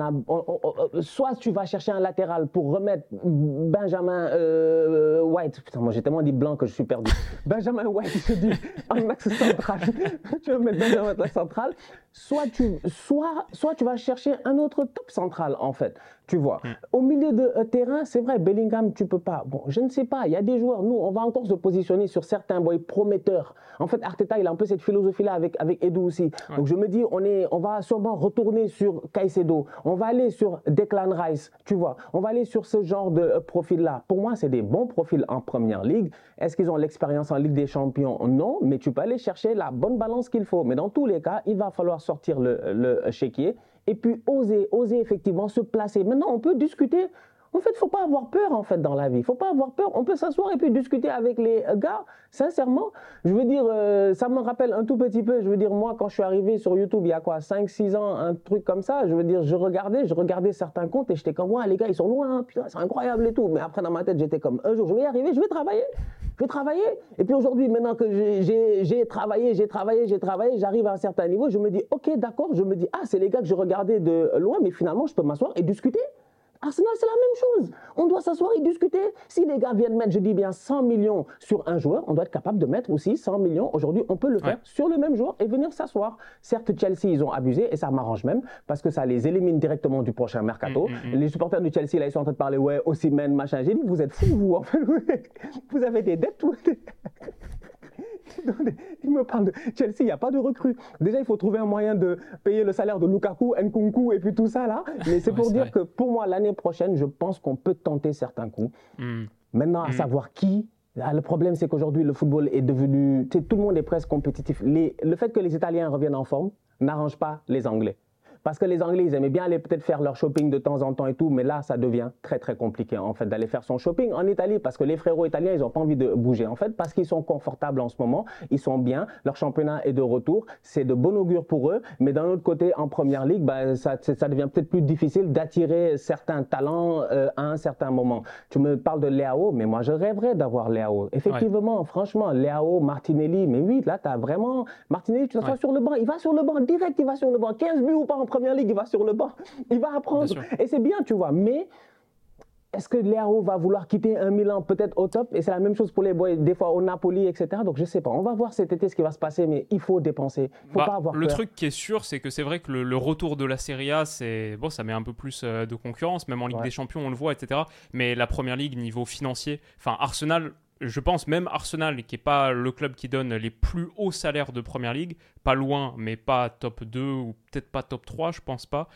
soit tu vas chercher un latéral pour remettre Benjamin White. Putain, moi j'ai tellement dit blanc que je suis perdu. Benjamin White, je dis en axe central. Tu vas mettre Benjamin en axe central. Soit tu vas chercher un autre top central, en fait. Tu vois. Au milieu de terrain, c'est vrai, Bellingham, tu peux pas. Bon, je ne sais pas. Il y a des joueurs. Nous, on va encore se positionner sur certains boys prometteurs. En fait, Arteta, il a un peu cette philosophie-là avec Edu aussi. Donc, je me dis, on va sûrement retourner sur Caicedo. On va aller sur Declan Rice, tu vois. On va aller sur ce genre de profil-là. Pour moi, c'est des bons profils en première ligue. Est-ce qu'ils ont l'expérience en Ligue des Champions? Non, mais tu peux aller chercher la bonne balance qu'il faut. Mais dans tous les cas, il va falloir sortir le chéquier et puis oser effectivement se placer. Maintenant, on peut discuter. En fait, il ne faut pas avoir peur, en fait, dans la vie. Il ne faut pas avoir peur. On peut s'asseoir et puis discuter avec les gars, sincèrement. Je veux dire, ça me rappelle un tout petit peu. Je veux dire, moi, quand je suis arrivé sur YouTube, il y a quoi, 5-6 ans, un truc comme ça. Je veux dire, je regardais certains comptes et j'étais comme, ouais, les gars, ils sont loin, hein, putain, c'est incroyable et tout. Mais après, dans ma tête, j'étais comme, un jour, je vais y arriver, je vais travailler. Et puis aujourd'hui, maintenant que j'ai travaillé, j'arrive à un certain niveau, je me dis, ok, d'accord, c'est les gars que je regardais de loin, mais finalement, je peux m'asseoir et discuter. Arsenal, c'est la même chose. On doit s'asseoir et discuter. Si les gars viennent mettre, je dis bien 100 millions sur un joueur, on doit être capable de mettre aussi 100 millions. Aujourd'hui, on peut le faire sur le même joueur et venir s'asseoir. Certes, Chelsea, ils ont abusé et ça m'arrange même parce que ça les élimine directement du prochain mercato. Les supporters du Chelsea, là, ils sont en train de parler, ouais, Osimhen, machin. J'ai dit, vous êtes fous, vous, en fait. Vous avez des dettes. Il me parle de Chelsea, il n'y a pas de recrue. Déjà, il faut trouver un moyen de payer le salaire de Lukaku, Nkunku et puis tout ça là. Mais c'est pour dire que pour moi, l'année prochaine, je pense qu'on peut tenter certains coups. Maintenant, à savoir qui. Le problème, c'est qu'aujourd'hui, le football est devenu... Tout le monde est presque compétitif. Le fait que les Italiens reviennent en forme n'arrange pas les Anglais. parce que les Anglais, ils aimaient bien aller peut-être faire leur shopping de temps en temps et tout, mais là, ça devient très, très compliqué, en fait, d'aller faire son shopping en Italie, parce que les frérots italiens, ils n'ont pas envie de bouger, en fait, parce qu'ils sont confortables en ce moment, ils sont bien, leur championnat est de retour, c'est de bon augure pour eux, mais d'un autre côté, en Première Ligue, ça devient peut-être plus difficile d'attirer certains talents à un certain moment. Tu me parles de Leao, mais moi, je rêverais d'avoir Leao. Effectivement, franchement, Leao, Martinelli, mais oui, là, tu as vraiment... Martinelli, tu t'assois sur le banc, il va sur le banc, direct, il va sur le banc. 15 buts ou pas en Première Ligue, il va sur le banc. Il va apprendre. Et c'est bien, tu vois. Mais est-ce que Leao va vouloir quitter un Milan peut-être au top? Et c'est la même chose pour les boys, des fois au Napoli, etc. Donc je sais pas. On va voir cet été ce qui va se passer, mais il faut dépenser. Il faut pas avoir peur. Le truc qui est sûr, c'est que c'est vrai que le retour de la Serie A, ça met un peu plus de concurrence, même en Ligue des Champions, on le voit, etc. Mais la Première Ligue, niveau financier, enfin Arsenal... Je pense même Arsenal, qui n'est pas le club qui donne les plus hauts salaires de Première Ligue, pas loin, mais pas top 2 ou peut-être pas top 3, je pense pas,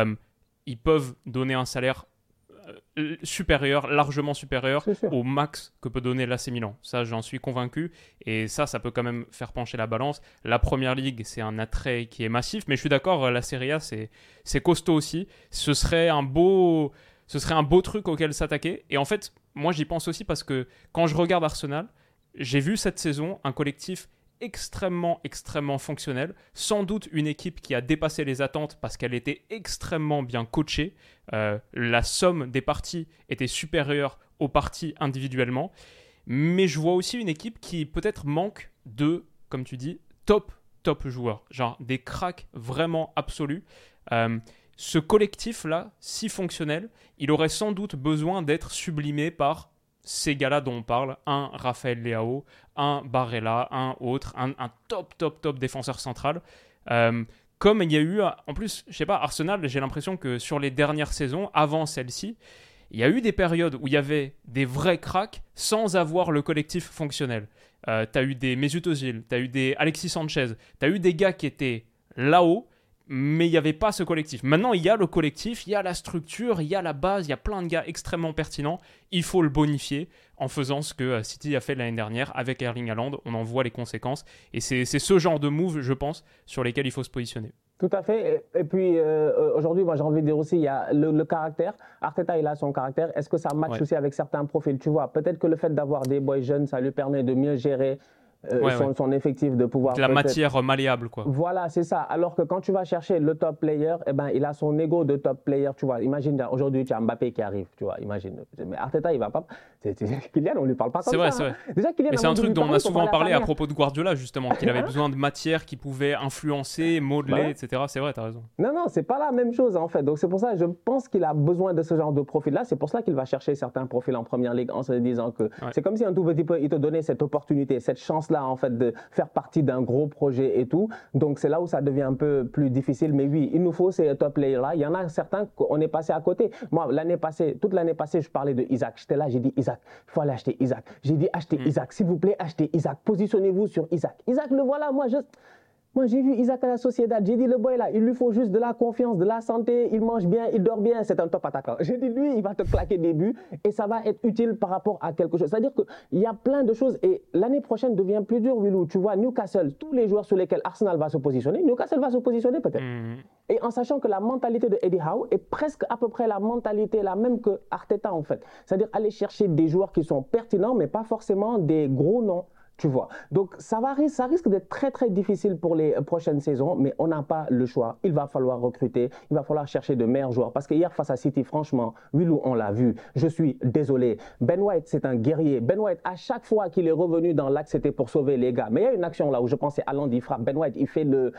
ils peuvent donner un salaire supérieur, largement supérieur au max que peut donner l'AC Milan. Ça, j'en suis convaincu. Et ça peut quand même faire pencher la balance. La Première Ligue, c'est un attrait qui est massif, mais je suis d'accord, la Serie A, c'est costaud aussi. Ce serait un beau truc auquel s'attaquer. Et en fait, moi, j'y pense aussi parce que quand je regarde Arsenal, j'ai vu cette saison un collectif extrêmement, extrêmement fonctionnel. Sans doute une équipe qui a dépassé les attentes parce qu'elle était extrêmement bien coachée. La somme des parties était supérieure aux parties individuellement. Mais je vois aussi une équipe qui peut-être manque de, comme tu dis, top joueurs. Genre des cracks vraiment absolus. Ce collectif-là, si fonctionnel, il aurait sans doute besoin d'être sublimé par ces gars-là dont on parle, un Raphaël Leao, un Barella, un autre, un top défenseur central. Comme il y a eu, en plus, je sais pas, Arsenal, j'ai l'impression que sur les dernières saisons, avant celle-ci, il y a eu des périodes où il y avait des vrais cracks sans avoir le collectif fonctionnel. T'as eu des Mesut Özil, t'as eu des Alexis Sanchez, t'as eu des gars qui étaient là-haut, mais il n'y avait pas ce collectif. Maintenant, il y a le collectif, il y a la structure, il y a la base, il y a plein de gars extrêmement pertinents. Il faut le bonifier en faisant ce que City a fait l'année dernière avec Erling Haaland. On en voit les conséquences. Et c'est ce genre de move, je pense, sur lesquels il faut se positionner. Tout à fait. Et puis, aujourd'hui, moi, j'ai envie de dire aussi, il y a le caractère. Arteta, il a son caractère. Est-ce que ça match aussi avec certains profils? Tu vois, peut-être que le fait d'avoir des boys jeunes, ça lui permet de mieux gérer son effectif, de pouvoir... De la matière malléable, quoi. Voilà, c'est ça. Alors que quand tu vas chercher le top player, eh ben, il a son ego de top player, tu vois. Imagine, aujourd'hui, tu as Mbappé qui arrive, tu vois, imagine. Mais Arteta, il va pas... Kylian, on lui parle pas comme ça. C'est vrai. Déjà, Kylian, mais c'est un truc dont on a souvent parlé à propos de Guardiola, justement, qu'il avait besoin de matière qui pouvait influencer, modeler, etc. C'est vrai, t'as raison. Non, c'est pas la même chose, en fait. Donc, c'est pour ça, je pense qu'il a besoin de ce genre de profil-là. C'est pour ça qu'il va chercher certains profils en Première Ligue en se disant que c'est comme si un tout petit peu, il te donnait cette opportunité, cette chance-là, en fait, de faire partie d'un gros projet et tout. Donc, c'est là où ça devient un peu plus difficile. Mais oui, il nous faut ces top players-là. Il y en a certains qu'on est passé à côté. Moi, toute l'année passée, je parlais de Isaac. J'étais là, j'ai dit Isaac, il faut aller acheter Isaac. J'ai dit achetez Isaac, s'il vous plaît, achetez Isaac. Positionnez-vous sur Isaac. Isaac, le voilà, moi, j'ai vu Isaac à la Sociedad. J'ai dit, le boy là, il lui faut juste de la confiance, de la santé. Il mange bien, il dort bien. C'est un top attaquant. J'ai dit, lui, il va te claquer des buts et ça va être utile par rapport à quelque chose. C'est-à-dire qu'il y a plein de choses et l'année prochaine devient plus dure, Willou. Tu vois, Newcastle, tous les joueurs sur lesquels Arsenal va se positionner, Newcastle va se positionner peut-être. Et en sachant que la mentalité de Eddie Howe est presque à peu près la mentalité la même que Arteta, en fait. C'est-à-dire aller chercher des joueurs qui sont pertinents, mais pas forcément des gros noms. Tu vois. Donc, ça risque d'être très, très difficile pour les prochaines saisons, mais on n'a pas le choix. Il va falloir recruter, il va falloir chercher de meilleurs joueurs. Parce que hier, face à City, franchement, Willou, on l'a vu. Je suis désolé. Ben White, c'est un guerrier. Ben White, à chaque fois qu'il est revenu dans l'axe, c'était pour sauver les gars. Mais il y a une action là où je pensais Haaland, il frappe. Ben White, il fait le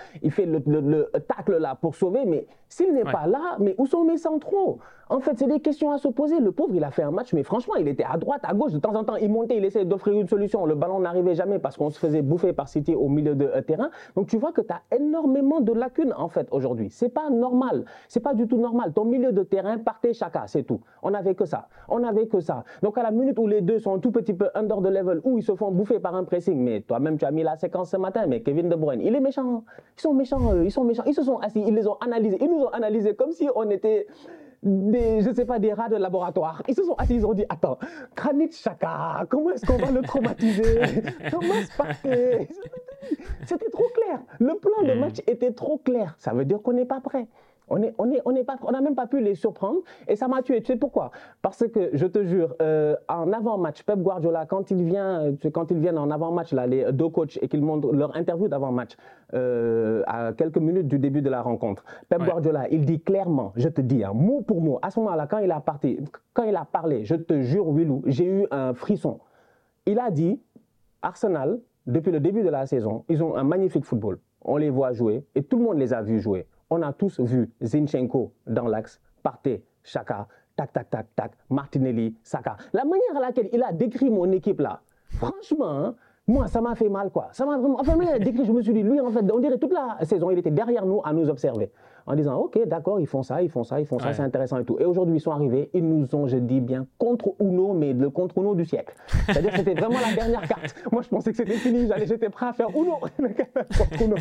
tacle là pour sauver, mais s'il n'est pas là, mais où sont mes centraux? En fait, c'est des questions à se poser. Le pauvre, il a fait un match, mais franchement, il était à droite, à gauche. De temps en temps, il montait, il essayait d'offrir une solution. Le ballon n'arrivait jamais parce qu'on se faisait bouffer par City au milieu de terrain. Donc, tu vois que tu as énormément de lacunes, en fait, aujourd'hui. C'est pas normal. C'est pas du tout normal. Ton milieu de terrain partait chacun, c'est tout. On n'avait que ça. Donc, à la minute où les deux sont un tout petit peu under the level, où ils se font bouffer par un pressing, mais toi-même, tu as mis la séquence ce matin, mais Kevin De Bruyne, il est méchant. Ils sont méchants, eux. Ils se sont assis, ils les ont analysés. Ils nous ont analysés comme si on était... des rats de laboratoire. Ils se sont assis, ils ont dit, attends, Granit Xhaka, comment est-ce qu'on va le traumatiser? Thomas Partey. C'était trop clair. Le plan de match était trop clair. Ça veut dire qu'on n'est pas prêt. On n'a même pas pu les surprendre et ça m'a tué. Tu sais pourquoi? Parce que je te jure, en avant-match, Pep Guardiola, quand ils viennent en avant-match, là, les deux coachs, et qu'ils montrent leur interview d'avant-match à quelques minutes du début de la rencontre, Pep Guardiola, il dit clairement, je te dis, mot pour mot, à ce moment-là, quand il a parlé, je te jure, Willou, j'ai eu un frisson. Il a dit, Arsenal, depuis le début de la saison, ils ont un magnifique football. On les voit jouer et tout le monde les a vus jouer. On a tous vu Zinchenko dans l'axe, Partey, Xhaka, tac, tac, tac, tac, Martinelli, Saka. La manière à laquelle il a décrit mon équipe là, franchement, moi, ça m'a fait mal, quoi. Ça m'a vraiment... Enfin, il a décrit, je me suis dit, lui, en fait, on dirait toute la saison, il était derrière nous à nous observer. En disant, OK, d'accord, ils font ça, c'est intéressant et tout. Et aujourd'hui, ils sont arrivés, ils nous ont, je dis bien, contre Uno, mais le contre Uno du siècle. C'est-à-dire que c'était vraiment la dernière carte. Moi, je pensais que c'était fini, j'étais prêt à faire Uno. Contre Uno.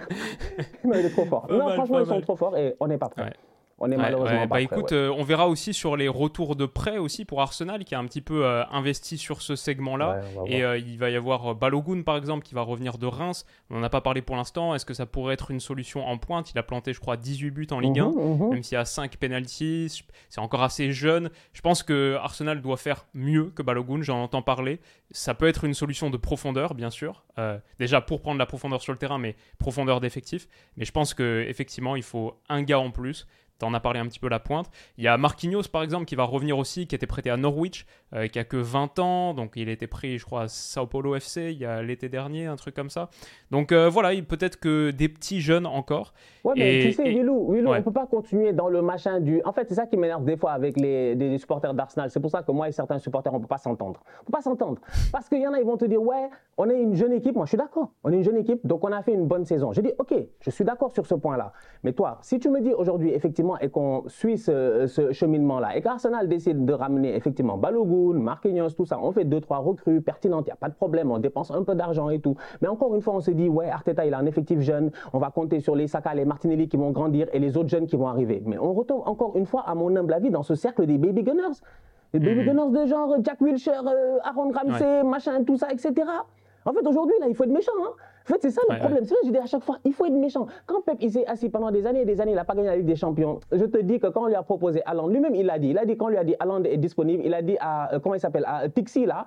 Non, il est trop fort. Non, franchement, ils sont trop forts et on n'est pas prêts. Ouais. On est malheureusement pas prêt. Écoute, on verra aussi sur les retours de prêt aussi pour Arsenal qui a un petit peu investi sur ce segment-là. Et il va y avoir Balogun par exemple qui va revenir de Reims. On n'en a pas parlé pour l'instant. Est-ce que ça pourrait être une solution en pointe? Il a planté, je crois, 18 buts en Ligue 1, même s'il y a 5 pénaltys. C'est encore assez jeune. Je pense que Arsenal doit faire mieux que Balogun. J'en entends parler. Ça peut être une solution de profondeur, bien sûr. Déjà pour prendre la profondeur sur le terrain, mais profondeur d'effectif. Mais je pense qu'effectivement, il faut un gars en plus. T'en as parlé un petit peu la pointe. Il y a Marquinhos, par exemple, qui va revenir aussi, qui était prêté à Norwich, qui a que 20 ans. Donc, il a été pris, je crois, à Sao Paulo FC il y a l'été dernier, un truc comme ça. Donc, voilà, peut-être que des petits jeunes encore. Ouais, mais tu sais, Willou, on ne peut pas continuer dans le machin du... En fait, c'est ça qui m'énerve des fois avec les supporters d'Arsenal. C'est pour ça que moi et certains supporters, on ne peut pas s'entendre. On ne peut pas s'entendre. Parce qu'il y en a, ils vont te dire, ouais, on est une jeune équipe. Moi, je suis d'accord. On est une jeune équipe, donc on a fait une bonne saison. Je dis, OK, je suis d'accord sur ce point-là. Mais toi, si tu me dis aujourd'hui, effectivement, et qu'on suit ce cheminement-là, et qu'Arsenal décide de ramener effectivement Balogun, Marquinhos, tout ça, on fait 2-3 recrues pertinentes, il n'y a pas de problème, on dépense un peu d'argent et tout. Mais encore une fois, on se dit, ouais, Arteta, il a un effectif jeune, on va compter sur les Saka, les Martinelli qui vont grandir et les autres jeunes qui vont arriver. Mais on retombe encore une fois, à mon humble avis, dans ce cercle des baby gunners. Les baby gunners de genre Jack Wilshere, Aaron Ramsey, machin, tout ça, etc. En fait, aujourd'hui, là, il faut être méchant, hein. En fait, c'est ça le problème. C'est là que je dis à chaque fois, il faut être méchant. Quand Pep, il s'est assis pendant des années et des années, il n'a pas gagné la Ligue des Champions. Je te dis que quand on lui a proposé Haaland, lui-même, il a dit, quand on lui a dit Haaland est disponible, il a dit à, comment il s'appelle, à Tixi, là,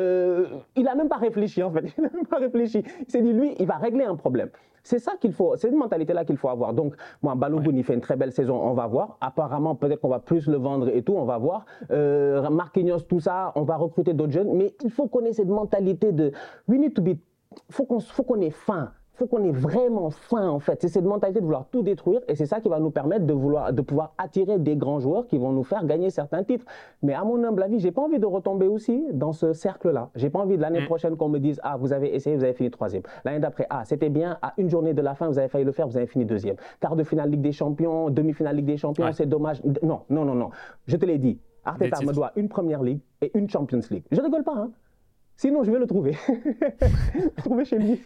il n'a même pas réfléchi, en fait. Il n'a même pas réfléchi. Il s'est dit, lui, il va régler un problème. C'est ça qu'il faut, c'est une mentalité-là qu'il faut avoir. Donc, moi, Balogun, il fait une très belle saison, on va voir. Apparemment, peut-être qu'on va plus le vendre et tout, on va voir. Marquinhos, tout ça, on va recruter d'autres jeunes. Mais il faut qu'on ait cette mentalité de, we need to be, faut qu'on ait faim. Il faut qu'on ait vraiment faim, en fait. C'est cette mentalité de vouloir tout détruire et c'est ça qui va nous permettre de pouvoir attirer des grands joueurs qui vont nous faire gagner certains titres. Mais à mon humble avis, j'ai pas envie de retomber aussi dans ce cercle-là. J'ai pas envie de l'année prochaine qu'on me dise « Ah, vous avez essayé, vous avez fini 3e. » L'année d'après « Ah, c'était bien, à une journée de la fin, vous avez failli le faire, vous avez fini 2e. » Quart de finale Ligue des Champions, demi-finale Ligue des Champions, c'est dommage. Non. Je te l'ai dit. Arteta me doit une Première Ligue et une Champions League. Je rigole pas, hein. Sinon, je vais le trouver. Le trouver chez lui.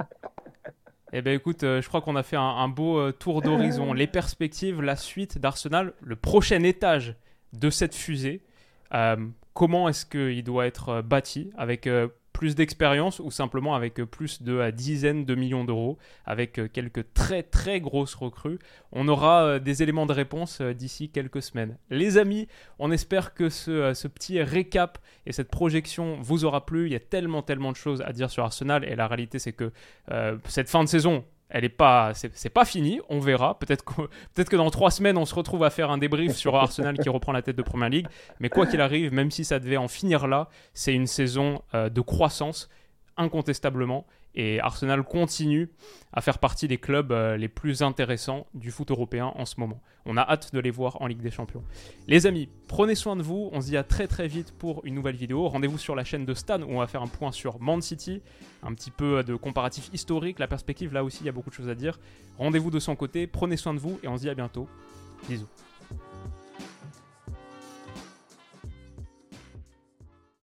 Eh bien écoute, je crois qu'on a fait un beau tour d'horizon. Les perspectives, la suite d'Arsenal, le prochain étage de cette fusée. Comment est-ce qu'il doit être bâti avec plus d'expérience ou simplement avec plus de dizaines de millions d'euros, avec quelques très très grosses recrues? On aura des éléments de réponse d'ici quelques semaines. Les amis, on espère que ce petit récap et cette projection vous aura plu. Il y a tellement de choses à dire sur Arsenal et la réalité c'est que cette fin de saison, c'est pas fini, on verra. Peut-être que dans 3 semaines, on se retrouve à faire un débrief sur Arsenal qui reprend la tête de Première Ligue. Mais quoi qu'il arrive, même si ça devait en finir là, c'est une saison de croissance, incontestablement. Et Arsenal continue à faire partie des clubs les plus intéressants du foot européen en ce moment. On a hâte de les voir en Ligue des Champions. Les amis, prenez soin de vous. On se dit à très très vite pour une nouvelle vidéo. Rendez-vous sur la chaîne de Stan où on va faire un point sur Man City. Un petit peu de comparatif historique. La perspective, là aussi, il y a beaucoup de choses à dire. Rendez-vous de son côté. Prenez soin de vous et on se dit à bientôt. Bisous.